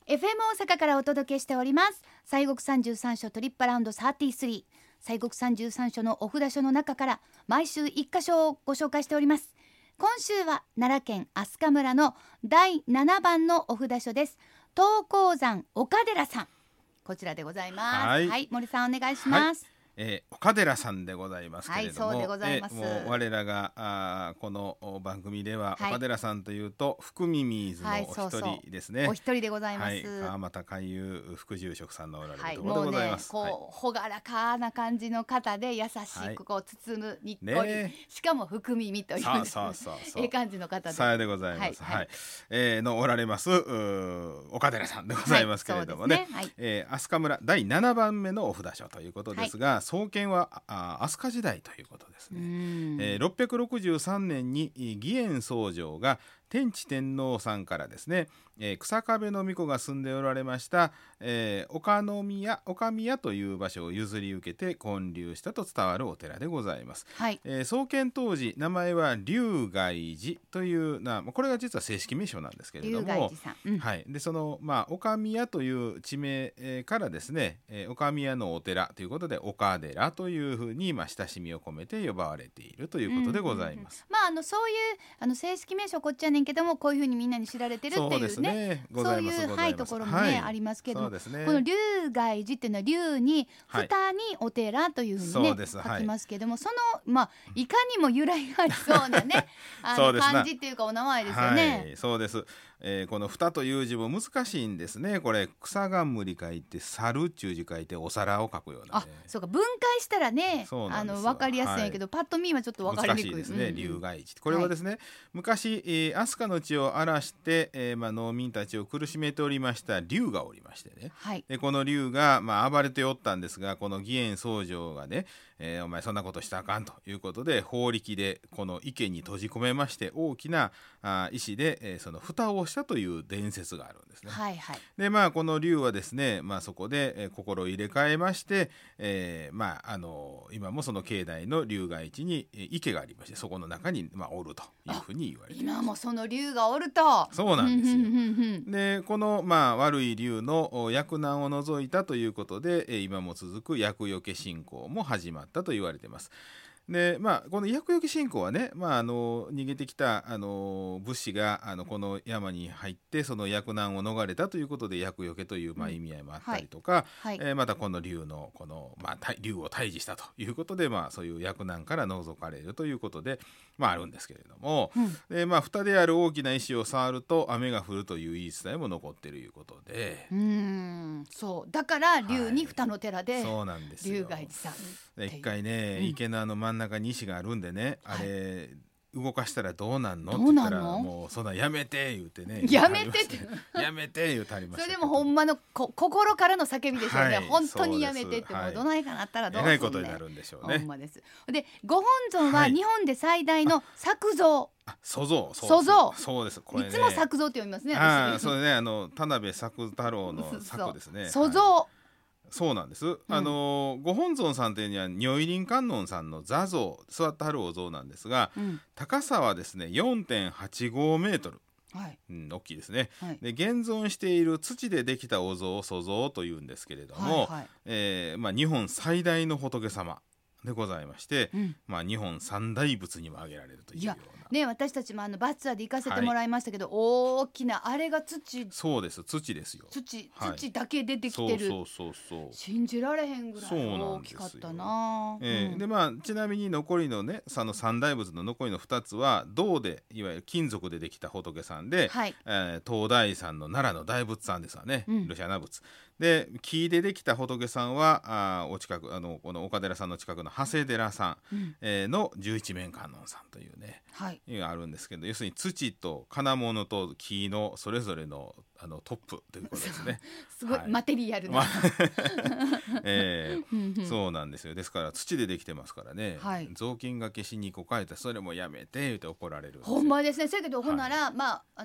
FM 大阪からお届けしております西国三十三所トリップアラウンド33、西国三十三所のお札所の中から毎週1箇所をご紹介しております。今週は奈良県飛鳥村の第7番のお札所です。東高山岡寺さん、こちらでございます。はい、森さんお願いします。 岡寺さんでございますけれども、 はい、そうでございます。 もう我らがこの番組では、岡寺さんというと福耳ズのお一人ですね。 お一人でございます。 川俣海遊副住職さんのおられるところでございます。 もうね、朗らかな感じの方で優しく包むにっこり、しかも福耳といういい感じの方でさよでございます。のおられます岡寺さんでございますけれどもね、飛鳥村第7番目のお札所ということですが、創建は飛鳥時代ということですね。663年に義円僧正が天智天皇さんからですね、草壁の巫女が住んでおられました、岡宮という場所を譲り受けて建立したと伝わるお寺でございます。創建当時名前は龍外寺というこれが実は正式名称なんですけれども、でその岡宮という地名からですね、岡宮のお寺ということで岡寺というふうに親しみを込めて呼ばれているということでございます。 そういう正式名称こっちやねんけども、こういうふうにみんなに知られてるっていうね、そういうところもねありますけども、この龍外寺っていうのは龍に蓋にお寺というふうにね書きますけども、そのいかにも由来がありそうなね漢字っていうかお名前ですよね。 そうです。この蓋という字も難しいんですね。これ草冠書いて猿っていう字書いてお皿を書くようなね。 そうか、分解したらね分かりやすいんやけど、パッと見はちょっと分かりにくい。 難しいですね。龍外寺、これはですね、昔飛鳥の地を荒らして、農民たちを苦しめておりました龍がおりましてね、でこの龍が、暴れておったんですが、この義円僧正がね、お前そんなことしたらあかんということで法力でこの池に閉じ込めまして、大きな石で、その蓋をしたという伝説があるんですね。でこの龍はですね、そこで、心を入れ替えまして、今もその境内の龍外寺に池がありまして、そこの中に、おるというふうに言われています。 今もその龍がおると。 そうなんですよ。でこの、悪い龍の厄難を除いたということで、今も続く厄除け信仰も始まったと言われています。でこの厄除け信仰はね、逃げてきた武士がこの山に入ってその厄難を逃れたということで厄除けという意味合いもあったりとか、またこの竜のこの、竜を退治したということで、そういう厄難から除かれるということで、あるんですけれども、で蓋である大きな石を触ると雨が降るという言い伝えも残っているということで、 そうだから竜に蓋の寺で、 そうなんですよ。 龍外寺さん一回ね、池の真ん中に石があるんでね、あれ動かしたらどうなんのって言ったら、もうそんなやめて言うてね、 やめてってやめて言うてありました。 それでもほんまの心からの叫びでしょうね。本当にやめてって、もうどないかなったらどうすんねん。 えらいことになるんでしょうね。 ほんまです。でご本尊は日本で最大の作像。 塑像。そうです。これね、 いつも作像って読みますね。 そうね、田辺作太郎の作ですね。 塑像。 そうなんです。ご本尊さんというには如意輪観音さんの座像、座ってはるお像なんですが、高さはですね 4.85 メートル、大きいですね。で現存している土でできたお像を塑像というんですけれども、日本最大の仏様でございまして、日本三大仏にも挙げられるというようなね、私たちもバスツアーで行かせてもらいましたけど、大きなあれが土。 そうです、土ですよ。 土だけ出てきてる。信じられへんぐらい大きかったな。 でちなみに残りのね、その三大仏の残りの2つは銅で、いわゆる金属でできた仏さんで、東大山の奈良の大仏さんですわね、ルシャナ仏で。木でできた仏さんはお近くこの岡寺さんの近くの長谷寺さん、の十一面観音さんというね、あるんですけど、要するに土と金物と木のそれぞれのトップということですね。 すごいマテリアルな、 そうなんですよ。ですから土でできてますからね、雑巾がけしにこかえた、それもやめて言うて怒られるんですよ。 ほんまですね。そやけどほんなら、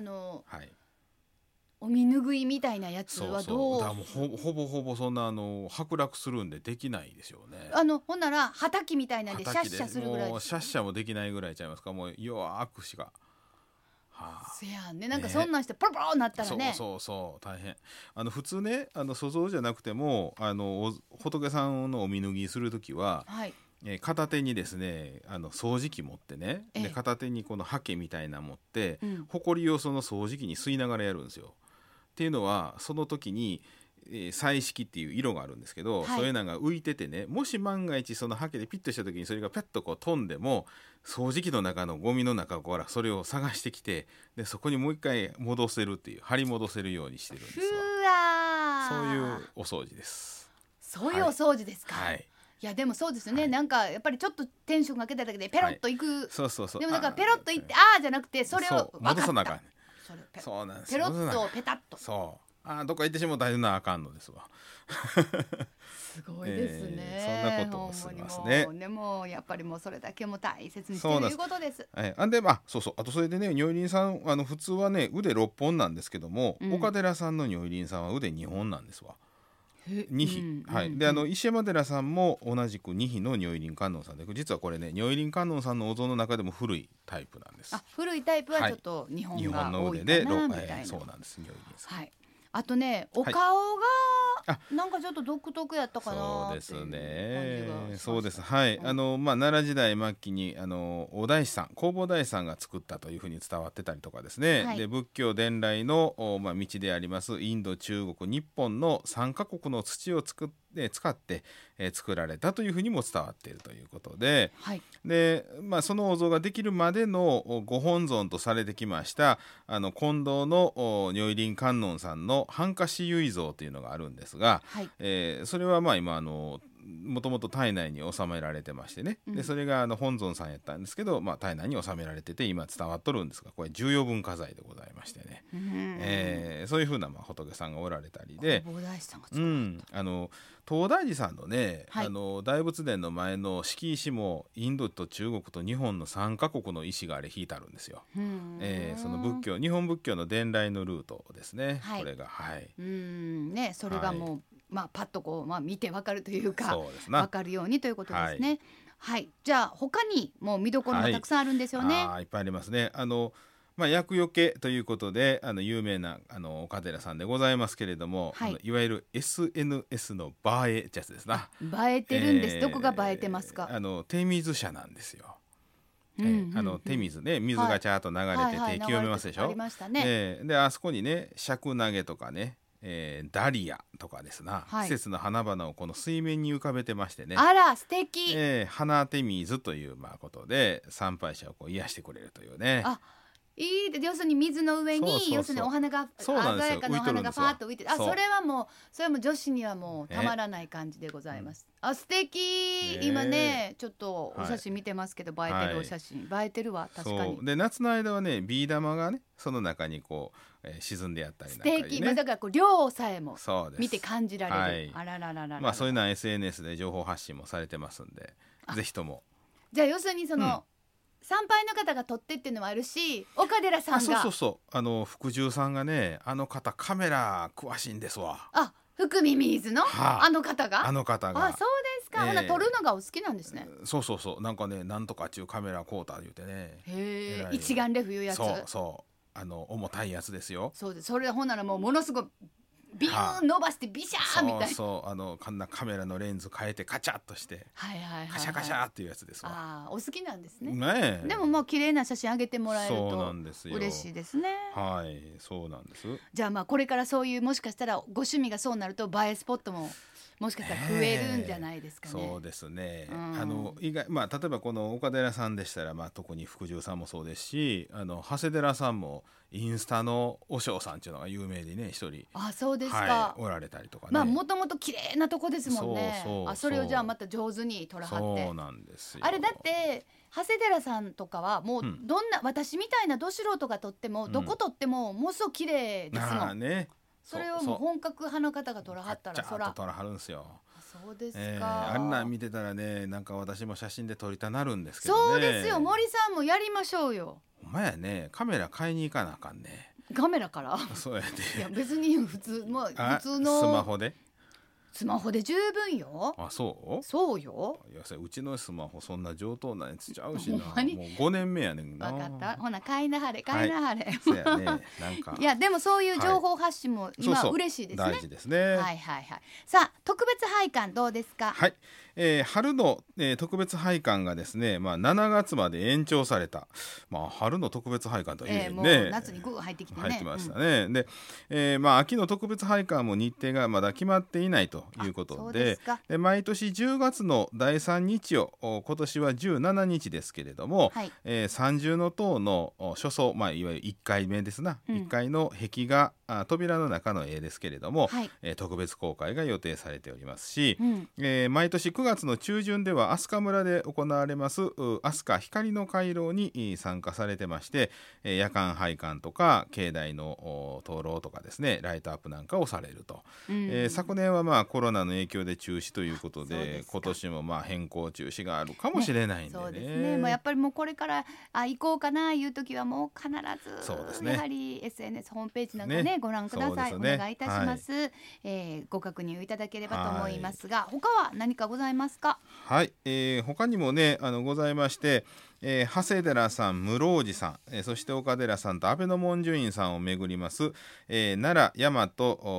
お身拭いみたいなやつはどう？ だからもうほぼそんな剥落するんでできないでしょうね。 ほんならはたきみたいなんでシャッシャするぐらい。 もうシャッシャもできないぐらいちゃいますか。もう弱くしか。 せやね、なんかそんなんしてポロポロなったらね、 そう大変。普通ね粗相じゃなくても仏さんのお見脱ぎするときは、はい、片手にですね掃除機持ってね、で片手にこのハケみたいなの持って、ほこりをその掃除機に吸いながらやるんですよ。っていうのはその時に彩色っていう色があるんですけど、はい、そういうのが浮いててね、もし万が一そのハケでピッとした時にそれがペッとこう飛んでも掃除機の中のゴミの中からそれを探してきて、でそこにもう一回戻せるっていう、張り戻せるようにしてるんですわ。そういうお掃除です。 そういうお掃除ですか。はい、いやでもそうですよね、はい、なんかやっぱりちょっとテンションかけただけでペロッといく、はい、 そうでもなんかペロッといってじゃなくてそれを戻さなあかん、そうなんですペロッとペタッと、 そうどっか行ってしも大変なあかんのですわ。 すごいですね、 そんなことをしますね。 でもやっぱりもうそれだけも大切にしてるということです。 であとそれでね、如意輪さん普通はね腕6本なんですけども、岡寺さんの如意輪さんは腕2本なんですわ。2匹、はい、で石山寺さんも同じく2匹の如意輪観音さんで、実はこれね如意輪観音さんのお像の中でも古いタイプなんです。 古いタイプはちょっと2本が多いかなみたいな、 そうなんです如意輪さん。 はい、あとねお顔がなんかちょっと独特やったかなっていう感じがしました。 そうです。はい。奈良時代末期にお大師さん、弘法大師さんが作ったというふうに伝わってたりとかですね。はい、で仏教伝来の道でありますインド、中国、日本の3カ国の土を使って作られたというふうにも伝わっているということで、はい、でそのお像ができるまでのご本尊とされてきました金堂の如意輪観音さんの半跏唯像というのがあるんですが、はい、それは今もともと体内に収められてましてね、でそれが本尊さんやったんですけど、体内に収められてて今伝わっとるんですが、これ重要文化財でございましてね、そういうふうな仏さんがおられたりで、東大寺さんのね、はい、大仏殿の前の敷石もインドと中国と日本の3カ国の石が引いてあるんですよ。その日本仏教の伝来のルートですね、はい、これが、はい、 ね、それがもう、パッとこう、見てわかるというかわかるようにということですね。はい、はい、じゃあ他にもう見どころがたくさんあるんですよね。 いっぱいありますね。厄除けということで有名な岡寺さんでございますけれども、はい、いわゆる SNS の映えってやつですな。 映えてるんです。どこが映えてますか。 手水舎なんですよ。手水ね、水がちゃーっと流れて手清めますでしょ。 ありましたね。 であそこにね尺投げとかね、ダリアとかですな、季節の花々をこの水面に浮かべてましてね、 あら素敵、 花手水ということで参拝者をこう癒してくれるというね。 要するに水の上に要するにお花が鮮やかなお花がパーッと浮いて、それはもう女子にはもうたまらない感じでございます。素敵、今ねちょっとお写真見てますけど、映えてるお写真、映えてるわ確かに。 で夏の間はねビー玉がねその中にこう、沈んでやったりなんかにね、 素敵、だからこう量さえも見て感じられる。あらららら、 そういうのは SNS で情報発信もされてますんで、ぜひとも。 じゃあ要するにその、参拝の方が撮ってっていうのもあるし、岡寺さんが福住さんがね、方カメラ詳しいんですわ。 福耳水の、あの方がそうですか。ほな撮るのがお好きなんですね。 そうなんかね、なんとかちゅうカメラコーター言うてね、 一眼レフいうやつ。 重たいやつですよ。 そうです。それほんならもうものすごいビューン伸ばしてビシャーみたいな、 こんなカメラのレンズ変えてカチャッとして、カシャカシャっていうやつですわ。 お好きなんですね。でも綺麗な写真上げてもらえると嬉しいですね。 はい、そうなんです。 じゃあこれからそういうもしかしたらご趣味がそうなると映えスポットももしかしたら増えるんじゃないですかね。 そうですね。意外例えばこの岡寺さんでしたら、特に福住さんもそうですし、長谷寺さんもインスタの和尚さんっていうのが有名でね、一人そうですか、 おられたりとかね。 もともと綺麗なとこですもんね。それをじゃあまた上手に撮らはって。 そうなんですよ。 あれだって長谷寺さんとかはもうどんな、私みたいなど素人が撮っても、どこ撮ってももうすごく綺麗ですもんね。それをもう本格派の方が撮らはったらそら撮らはるんですよ。 そうですか。 あんなん見てたらね、なんか私も写真で撮りたなるんですけどね。 そうですよ、森さんもやりましょうよ。 お前やね、カメラ買いに行かなあかんね。 カメラからそうやで。 いや別に普通のスマホでスマホで十分よ。 あ、そうそうよ。 いや、うちのスマホそんな上等なやつちゃうしな。もうほんまに 5年目やねんな。 分かった。ほな買いなはれ買いなはれ、 そうやね。なんかいやでもそういう情報発信も今、 そう嬉しいですね。 大事ですね。 はいはいはい。さあ特別拝観どうですか。 はい、春の、特別拝観がですね、7月まで延長された、春の特別拝観とは言えんね、 もう夏にグー入ってきてね。 入ってましたね。で、秋の特別拝観も日程がまだ決まっていないということで、毎年10月の第3日を今年は17日ですけれども、三重塔の初層、いわゆる1階目ですな、1階の壁画扉の中の絵ですけれども、特別公開が予定されておりますし、毎年9月の中旬では飛鳥村で行われます飛鳥光の回廊に参加されてまして、夜間拝観とか境内の灯籠とかですね、ライトアップなんかをされると、昨年はコロナの影響で中止ということで、今年も変更中止があるかもしれないんでね。 そうですね。やっぱりもうこれから行こうかないう時はもう必ず、 そうですね、 やはり SNS ホームページなんかね、ご覧ください。お願いいたします。ご確認をいただければと思いますが、他は何かございますか。 はい、他にもねございまして、長谷寺さん、室生寺さん、そして岡寺さんと安倍の文殊院さんを巡ります、奈良大和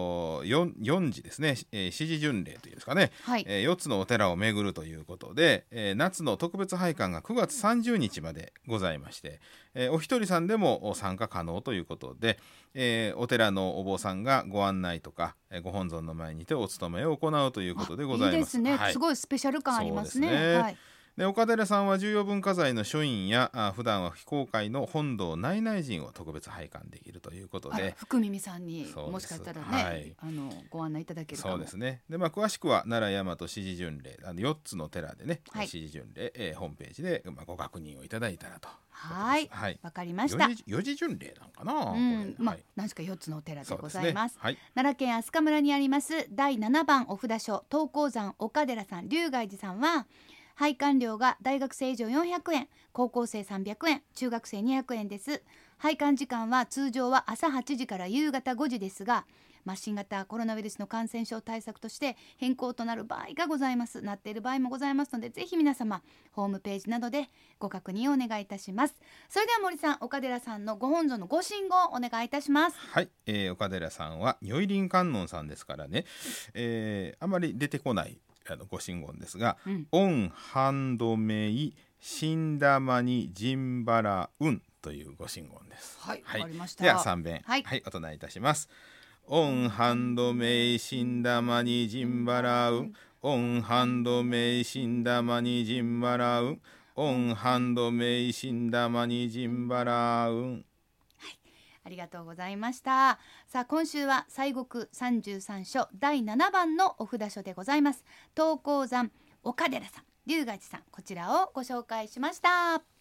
4寺ですね、四寺巡礼というんですかね、4つのお寺を巡るということで、夏の特別拝観が9月30日までございまして、お一人さんでも参加可能ということで、お寺のお坊さんがご案内とかご本尊の前にてお務めを行うということでございます。 いいですね、すごいスペシャル感ありますね。 で、岡寺さんは重要文化財の書院や普段は非公開の本堂内々陣を特別拝観できるということで、 福耳さんにもしかしたらね、ご案内いただけるかも。 そうですね。で、詳しくは奈良大和四寺巡礼4つの寺でね、四寺巡礼、ホームページでご確認をいただいたらと。 はい、わかりました。 四寺巡礼なんかな。 何しか4つのお寺でございます。 奈良県飛鳥村にあります第7番お札所東光山岡寺さん龍外寺さんは、拝観料が大学生以上400円、高校生300円、中学生200円です。拝観時間は通常は朝8時から夕方5時ですが、新型コロナウイルスの感染症対策として変更となる場合がございます。なっている場合もございますので、ぜひ皆様ホームページなどでご確認をお願いいたします。それでは森さん、岡寺さんのご本尊のご神言をお願いいたします。 はい、岡寺さんは如意輪観音さんですからね、あまり出てこないご神言ですが、オンハンドメイシンダマニジンバラウンというご神言です。 わかりました。 では3遍、お唱えいたします。オンハンドメイシンダマニジンバラウン、オンハンドメイシンダマニジンバラウン、オンハンドメイシンダマニジンバラウン。 ありがとうございました。さあ、今週は西国33所第7番のお札所でございます。東光山岡寺さん龍外寺さん、こちらをご紹介しました。